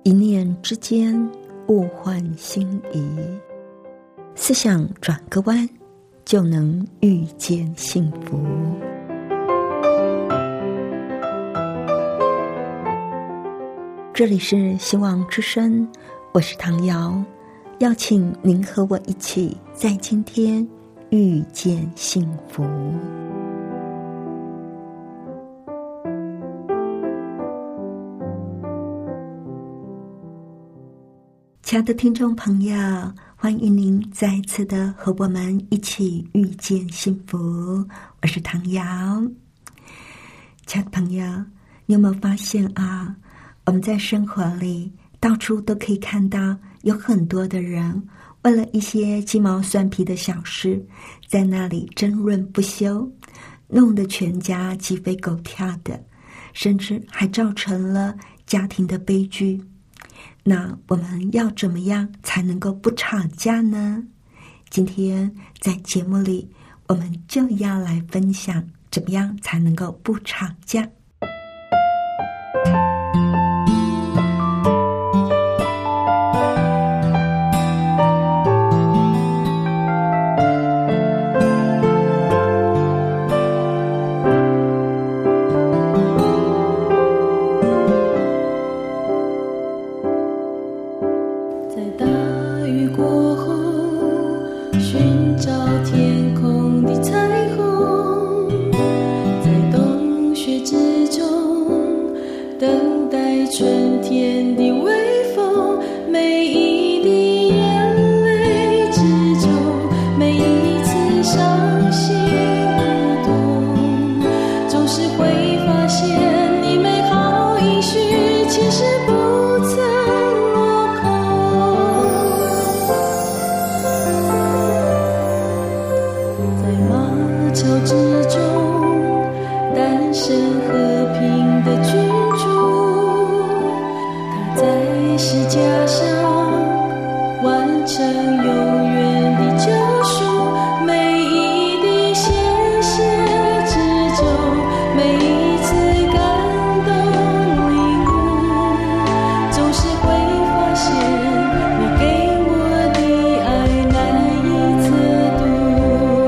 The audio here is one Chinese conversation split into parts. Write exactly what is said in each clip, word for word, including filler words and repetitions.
一念之间，物换星移，思想转个弯，就能遇见幸福。这里是希望之声，我是唐瑶，邀请您和我一起在今天遇见幸福。亲爱的听众朋友，欢迎您再一次的和我们一起遇见幸福，我是唐瑶。亲爱的朋友，你有没有发现啊，我们在生活里到处都可以看到有很多的人为了一些鸡毛蒜皮的小事在那里争论不休，弄得全家鸡飞狗跳的，甚至还造成了家庭的悲剧。那我们要怎么样才能够不吵架呢？今天在节目里，我们就要来分享怎么样才能够不吵架。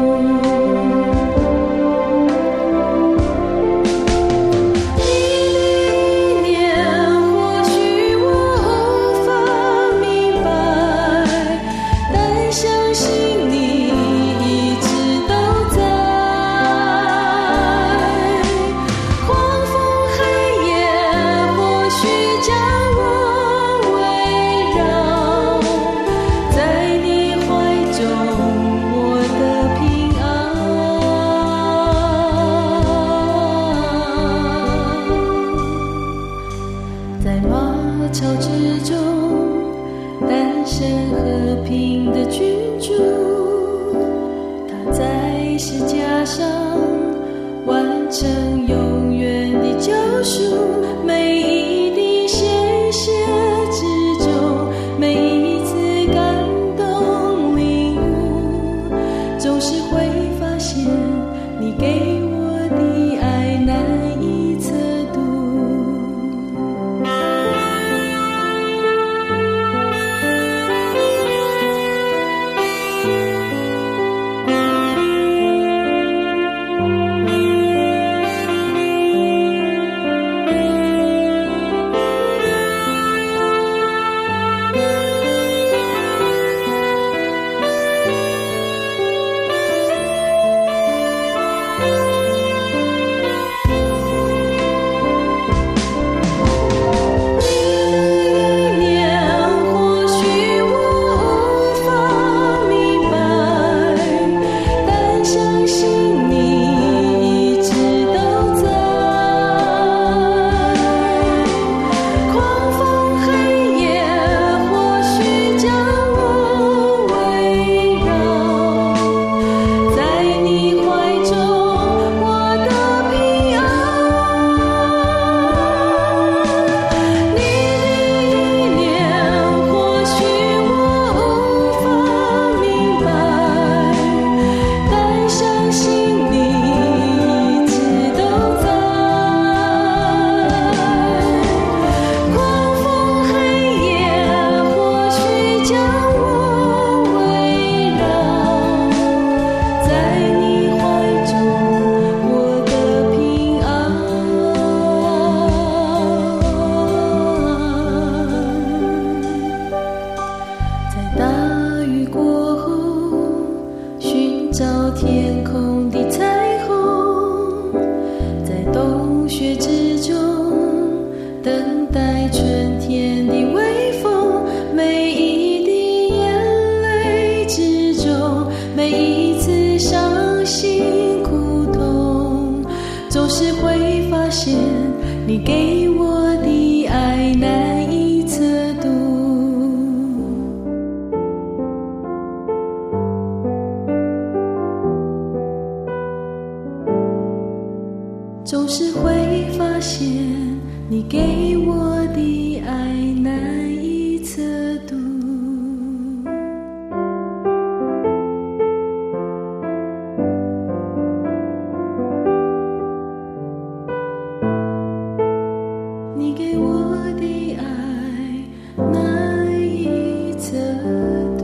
你现你给我的爱难以测度，总是会发现你给我的爱难以测度。你给我的爱难以测度。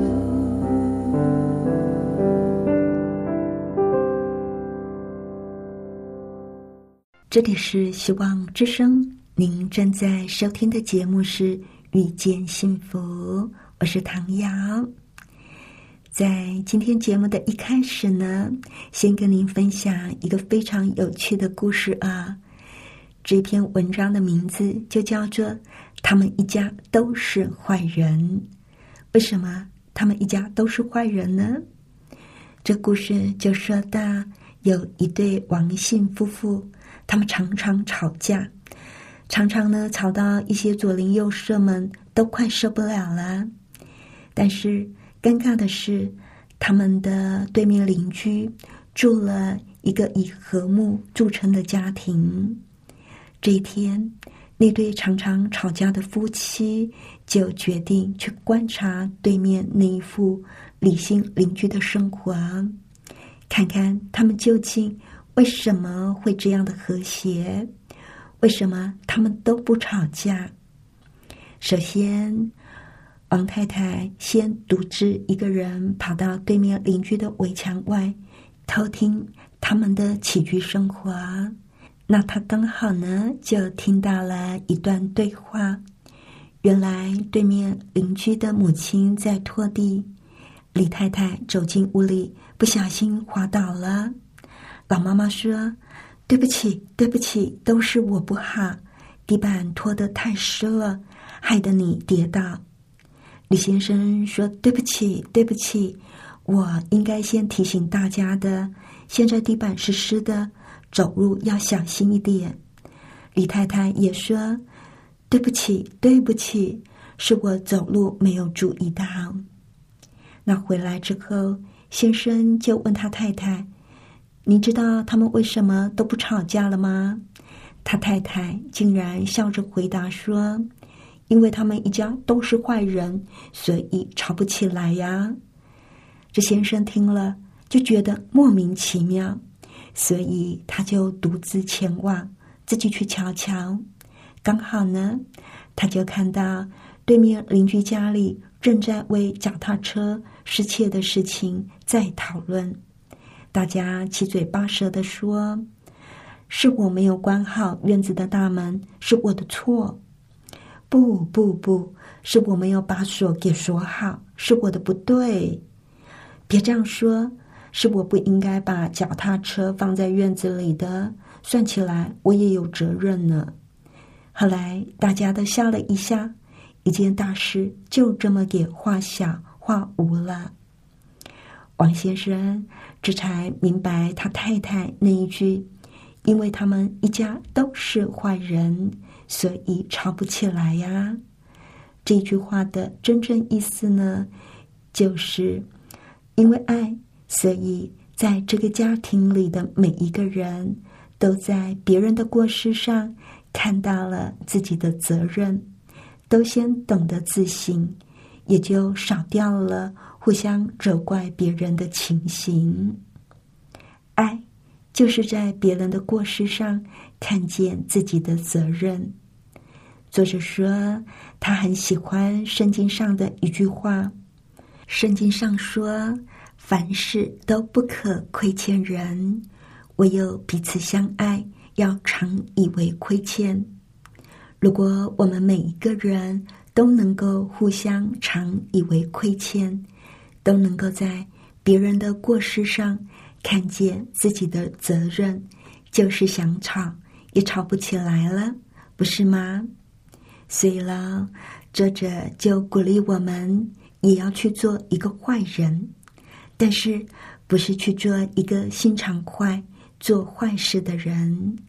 这里是希望之声，您正在收听的节目是遇见幸福，我是唐瑶。在今天节目的一开始呢，先跟您分享一个非常有趣的故事啊。这篇文章的名字就叫做他们一家都是坏人。为什么他们一家都是坏人呢？这故事就说到有一对王姓夫妇，他们常常吵架，常常呢吵到一些左邻右舍们都快受不了了。但是尴尬的是，他们的对面邻居住了一个以和睦著称的家庭。这一天，那对常常吵架的夫妻就决定去观察对面那一户理性邻居的生活，看看他们究竟为什么会这样的和谐，为什么他们都不吵架。首先，王太太先独自一个人跑到对面邻居的围墙外，偷听他们的起居生活。那她刚好呢就听到了一段对话。原来对面邻居的母亲在拖地，李太太走进屋里，不小心滑倒了。老妈妈说：对不起对不起，都是我不好，地板拖得太湿了，害得你跌倒。李先生说：对不起对不起，我应该先提醒大家的，现在地板是湿的，走路要小心一点。李太太也说：对不起对不起，是我走路没有注意到。那回来之后，先生就问他太太：你知道他们为什么都不吵架了吗？他太太竟然笑着回答说：因为他们一家都是坏人，所以吵不起来呀。这先生听了就觉得莫名其妙，所以他就独自前往，自己去瞧瞧。刚好呢，他就看到对面邻居家里正在为脚踏车失窃的事情在讨论。大家七嘴八舌地说：是我没有关好院子的大门，是我的错。不不不，是我没有把锁给锁好，是我的不对。别这样说，是我不应该把脚踏车放在院子里的，算起来我也有责任呢。后来大家都笑了一下，一件大事就这么给化小化无了。王先生这才明白他太太那一句因为他们一家都是坏人，所以吵不起来呀。这句话的真正意思呢，就是因为爱，所以在这个家庭里的每一个人都在别人的过失上看到了自己的责任，都先懂得自省，也就少掉了互相责怪别人的情形。爱就是在别人的过失上看见自己的责任。作者说，他很喜欢圣经上的一句话，圣经上说，凡事都不可亏欠人，唯有彼此相爱，要常以为亏欠。如果我们每一个人都能够互相常以为亏欠，都能够在别人的过失上看见自己的责任，就是想吵也吵不起来了，不是吗？所以了，作者就鼓励我们也要去做一个坏人，但是不是去做一个心肠坏做坏事的人。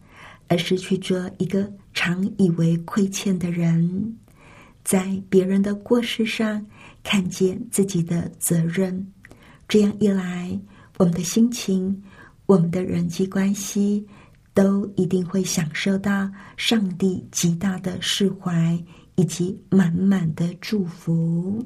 而是去做一个常以为亏欠的人，在别人的过失上看见自己的责任。这样一来，我们的心情，我们的人际关系都一定会享受到上帝极大的释怀以及满满的祝福。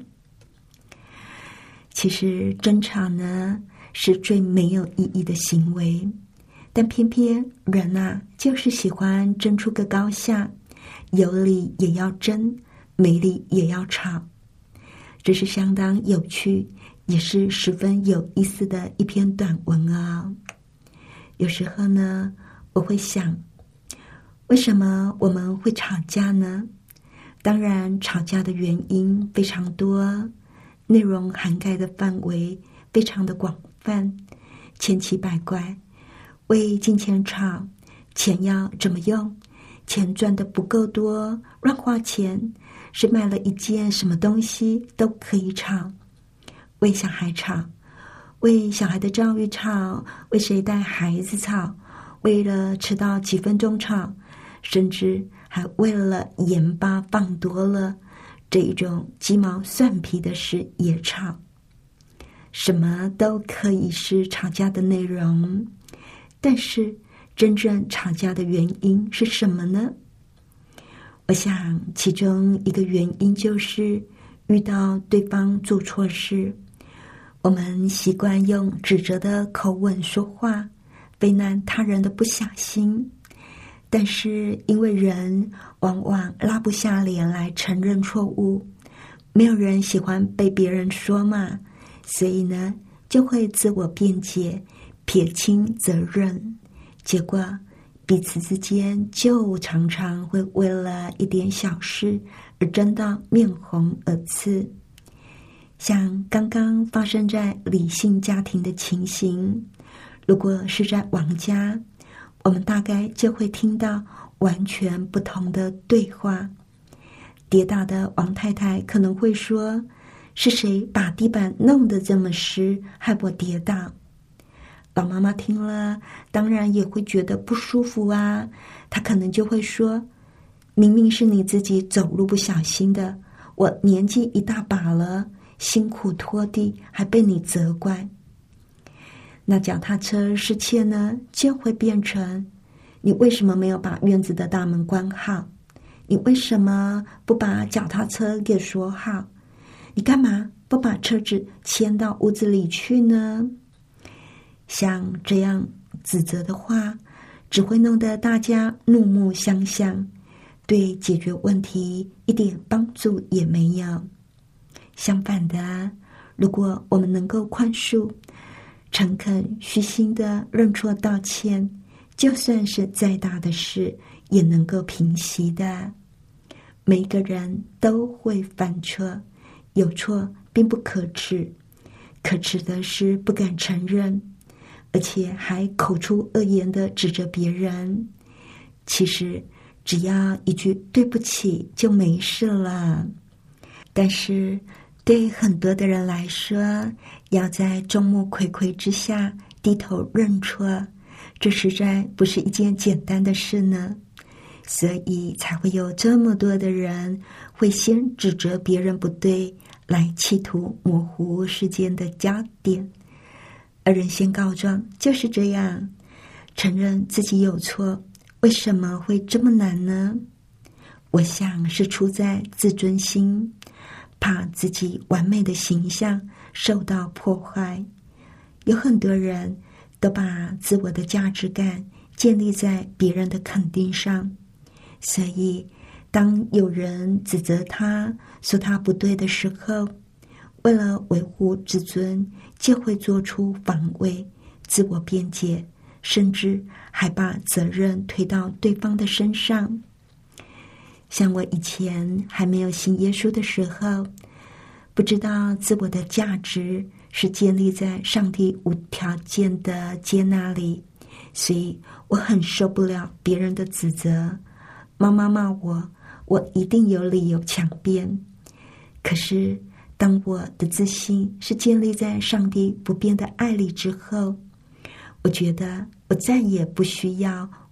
其实争吵呢，是最没有意义的行为，但偏偏人啊，就是喜欢争出个高下，有理也要争，没理也要吵。这是相当有趣，也是十分有意思的一篇短文啊。有时候呢，我会想，为什么我们会吵架呢？当然，吵架的原因非常多，内容涵盖的范围非常的广泛，千奇百怪。为金钱吵，钱要怎么用？钱赚得不够多，乱花钱，是卖了一件什么东西都可以吵。为小孩吵，为小孩的教育吵，为谁带孩子吵，为了迟到几分钟吵，甚至还为了盐巴放多了这一种鸡毛蒜皮的事也吵。什么都可以是吵架的内容，但是真正吵架的原因是什么呢？我想其中一个原因就是遇到对方做错事，我们习惯用指责的口吻说话，非难他人的不小心。但是因为人往往拉不下脸来承认错误，没有人喜欢被别人说嘛，所以呢，就会自我辩解，撇清责任，结果彼此之间就常常会为了一点小事而争到面红耳赤。像刚刚发生在理性家庭的情形，如果是在王家，我们大概就会听到完全不同的对话。跌倒的王太太可能会说，是谁把地板弄得这么湿，害我跌倒？老妈妈听了当然也会觉得不舒服啊，她可能就会说，明明是你自己走路不小心的，我年纪一大把了，辛苦拖地还被你责怪。那脚踏车失窃呢，就会变成，你为什么没有把院子的大门关好？你为什么不把脚踏车给锁好？你干嘛不把车子牵到屋子里去呢？像这样指责的话，只会弄得大家怒目相向，对解决问题一点帮助也没有。相反的，如果我们能够宽恕，诚恳虚心的认错道歉，就算是再大的事也能够平息的。每个人都会犯错，有错并不可耻，可耻的是不敢承认，而且还口出恶言的指责别人。其实只要一句对不起就没事了。但是对很多的人来说，要在众目睽睽之下低头认错，这实在不是一件简单的事呢。所以才会有这么多的人会先指责别人不对，来企图模糊事件的焦点。而人先告状就是这样，承认自己有错，为什么会这么难呢？我想是出在自尊心，怕自己完美的形象受到破坏。有很多人都把自我的价值感建立在别人的肯定上，所以当有人指责他，说他不对的时候，为了维护自尊，就会做出防卫、自我辩解，甚至还把责任推到对方的身上。像我以前还没有信耶稣的时候，不知道自我的价值是建立在上帝无条件的接纳里，所以我很受不了别人的指责。妈妈骂我，我一定有理由强辩。可是当我的自信是建立在上帝不变的爱里之后，我觉得我再也不需要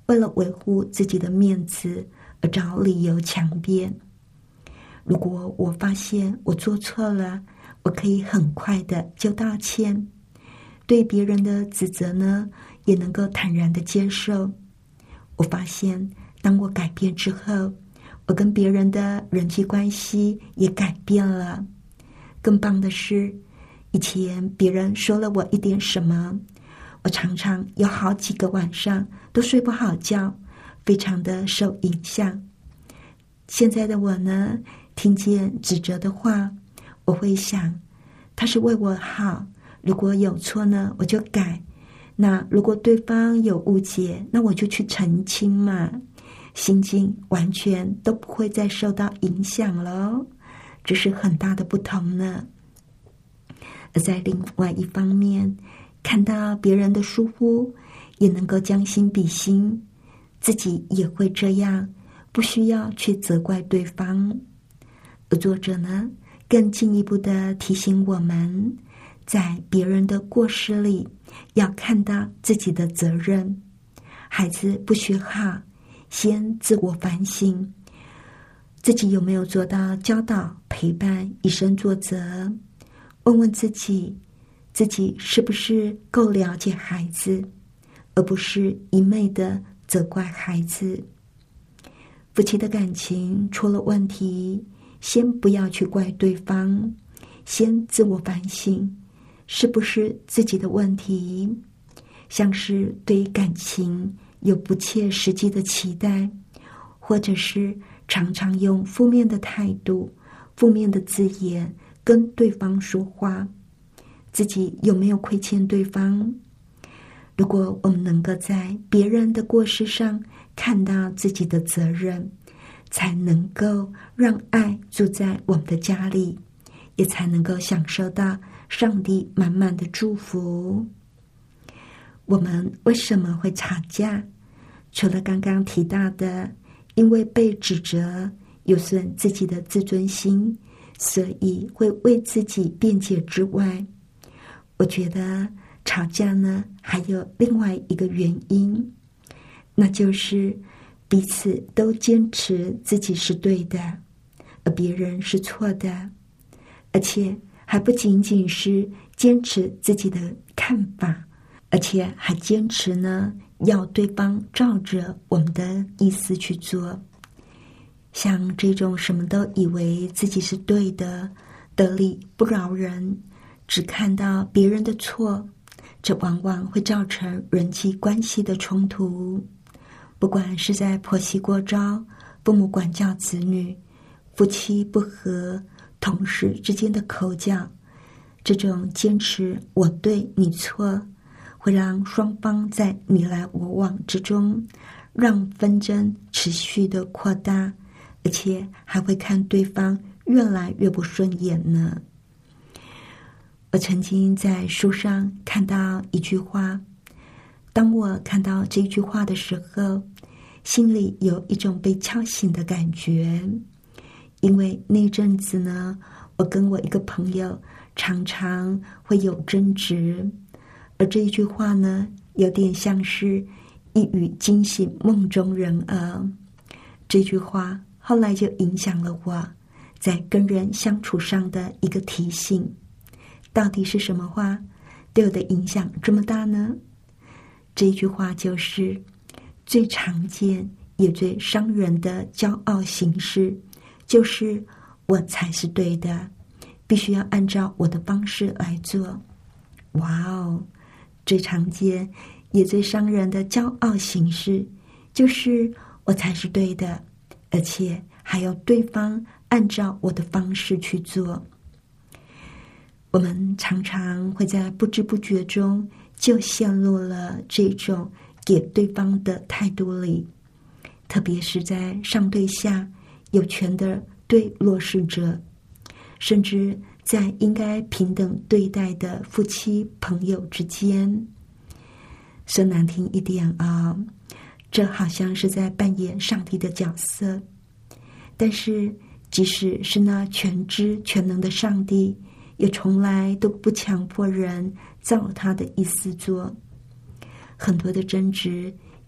为了维护自己的面子而找理由强辩。如果我发现我做错了，我可以很快的就道歉，对别人的指责呢，也能够坦然的接受。我发现当我改变之后，我跟别人的人际关系也改变了。更棒的是，以前别人说了我一点什么，我常常有好几个晚上都睡不好觉，非常的受影响。现在的我呢，听见指责的话，我会想，他是为我好，如果有错呢，我就改。那如果对方有误解，那我就去澄清嘛。心境完全都不会再受到影响了，这是很大的不同呢。而在另外一方面，看到别人的疏忽，也能够将心比心，自己也会这样，不需要去责怪对方。而作者呢，更进一步的提醒我们，在别人的过失里，要看到自己的责任。孩子不学好，先自我反省，自己有没有做到教导、陪伴、以身作则？问问自己，自己是不是够了解孩子，而不是一昧的责怪孩子。夫妻的感情出了问题，先不要去怪对方，先自我反省，是不是自己的问题？像是对感情有不切实际的期待，或者是常常用负面的态度、负面的字眼跟对方说话，自己有没有亏欠对方？如果我们能够在别人的过失上看到自己的责任，才能够让爱住在我们的家里，也才能够享受到上帝满满的祝福。我们为什么会吵架？除了刚刚提到的，因为被指责有损自己的自尊心，所以会为自己辩解之外，我觉得吵架呢，还有另外一个原因，那就是彼此都坚持自己是对的，而别人是错的，而且还不仅仅是坚持自己的看法，而且还坚持呢，要对方照着我们的意思去做。像这种什么都以为自己是对的，得理不饶人，只看到别人的错，这往往会造成人际关系的冲突。不管是在婆媳过招、父母管教子女、夫妻不和、同事之间的口角，这种坚持我对你错，会让双方在你来我往之中，让纷争持续的扩大，而且还会看对方越来越不顺眼呢。我曾经在书上看到一句话，当我看到这句话的时候，心里有一种被敲醒的感觉。因为那阵子呢，我跟我一个朋友常常会有争执，而这一句话呢，有点像是一语惊醒梦中人儿。这句话后来就影响了我在跟人相处上的一个提醒。到底是什么话对我的影响这么大呢？这一句话就是最常见也最伤人的骄傲形式，就是我才是对的，必须要按照我的方式来做。哇哦，最常见也最伤人的骄傲形式，就是我才是对的，而且还要对方按照我的方式去做。我们常常会在不知不觉中就陷入了这种给对方的态度里，特别是在上对下、有权的对弱势者，甚至在应该平等对待的夫妻朋友之间。说难听一点啊，这好像是在扮演上帝的角色。但是即使是那全知全能的上帝，也从来都不强迫人照他的意思做。很多的争执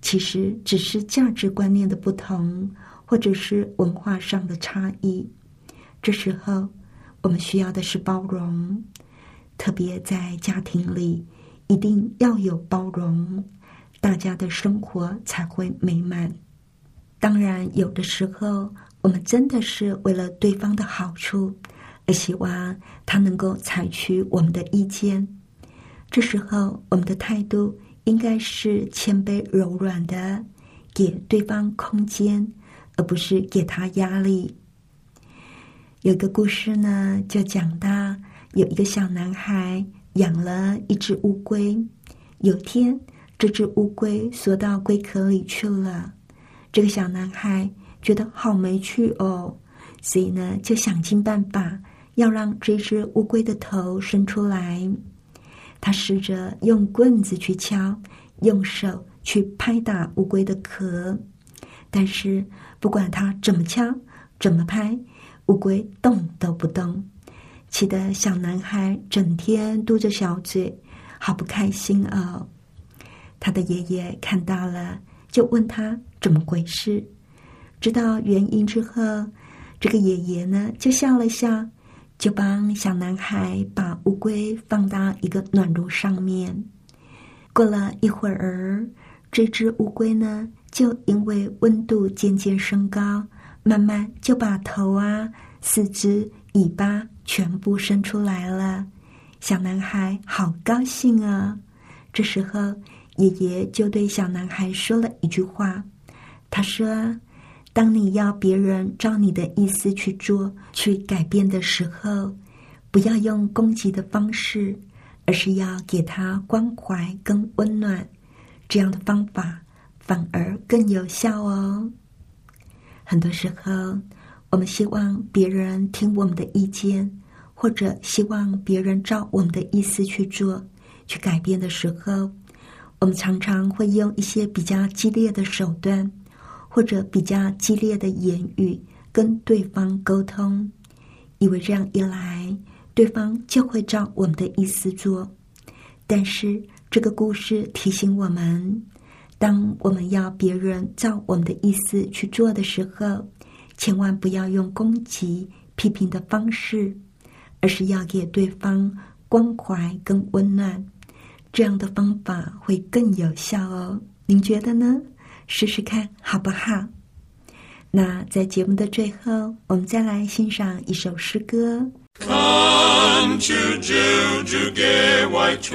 其实只是价值观念的不同，或者是文化上的差异。这时候我们需要的是包容，特别在家庭里一定要有包容，大家的生活才会美满。当然有的时候我们真的是为了对方的好处，而希望他能够采取我们的意见。这时候我们的态度应该是谦卑柔软的，给对方空间，而不是给他压力。有个故事呢，就讲到有一个小男孩养了一只乌龟。有天这只乌龟缩到龟壳里去了，这个小男孩觉得好没趣哦，所以呢就想尽办法要让这只乌龟的头伸出来。他试着用棍子去敲，用手去拍打乌龟的壳，但是不管他怎么敲怎么拍，乌龟动都不动，气得小男孩整天嘟着小嘴，好不开心哦。他的爷爷看到了，就问他怎么回事。知道原因之后，这个爷爷呢就笑了笑，就帮小男孩把乌龟放到一个暖炉上面。过了一会儿，这只乌龟呢就因为温度渐渐升高，慢慢就把头啊、四肢、尾巴全部伸出来了。小男孩好高兴啊！这时候爷爷就对小男孩说了一句话，他说，当你要别人照你的意思去做、去改变的时候，不要用攻击的方式，而是要给他关怀跟温暖，这样的方法反而更有效哦。很多时候我们希望别人听我们的意见，或者希望别人照我们的意思去做、去改变的时候，我们常常会用一些比较激烈的手段，或者比较激烈的言语跟对方沟通，以为这样一来对方就会照我们的意思做。但是这个故事提醒我们，当我们要别人照我们的意思去做的时候，千万不要用攻击、批评的方式，而是要给对方关怀跟温暖，这样的方法会更有效哦。您觉得呢？试试看好不好？那在节目的最后，我们再来欣赏一首诗歌。 看去救主给我垂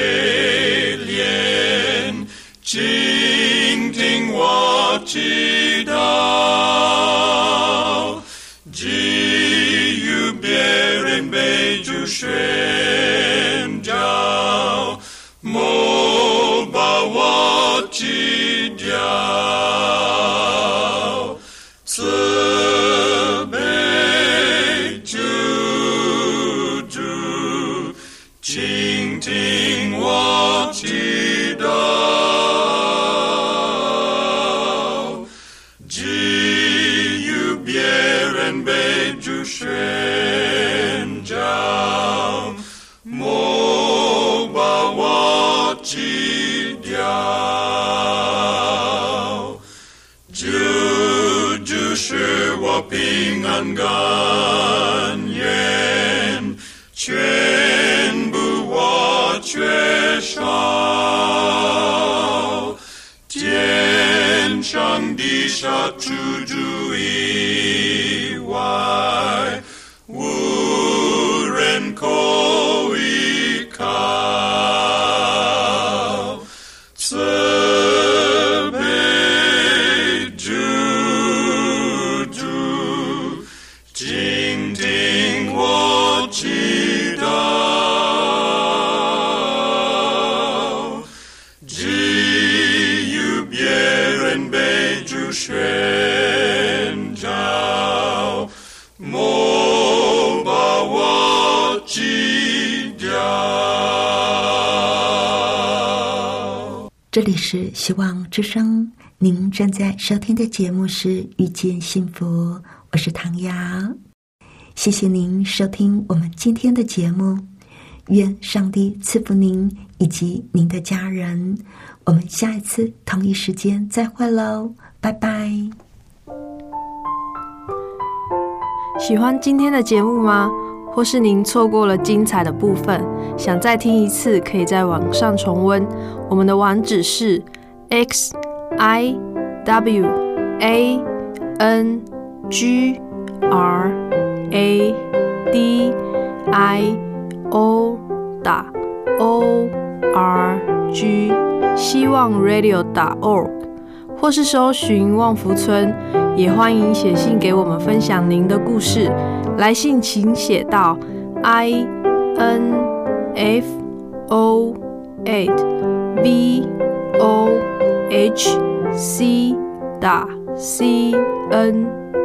怜，倾听我祈祷，给予别人被主宣召，莫把我弃掉，慈悲救主，倾听我祈祷，给予别人被主宣召，莫把我弃掉，主就是我平安甘愿，全部我缺少，天上地下除主以外，无人可依靠，慈悲救主，倾听我祈祷，给予别人被主宣召，莫把我弃掉。 这里是希望之声，您正在收听的节目是遇见幸福，我是唐瑶。谢谢您收听我们今天的节目，愿上帝赐福您以及您的家人。我们下一次同一时间再会喽，拜拜。 喜欢今天的节目吗？或是您错过了精彩的部分，想再听一次，可以在网上重温。我们的网址是 x i w a n g r a d i o 打 o r g 希望 radio 打 org， 或是搜寻旺福村，也欢迎写信给我们分享您的故事。来信请写到 i n f o at v o h c 打 c n。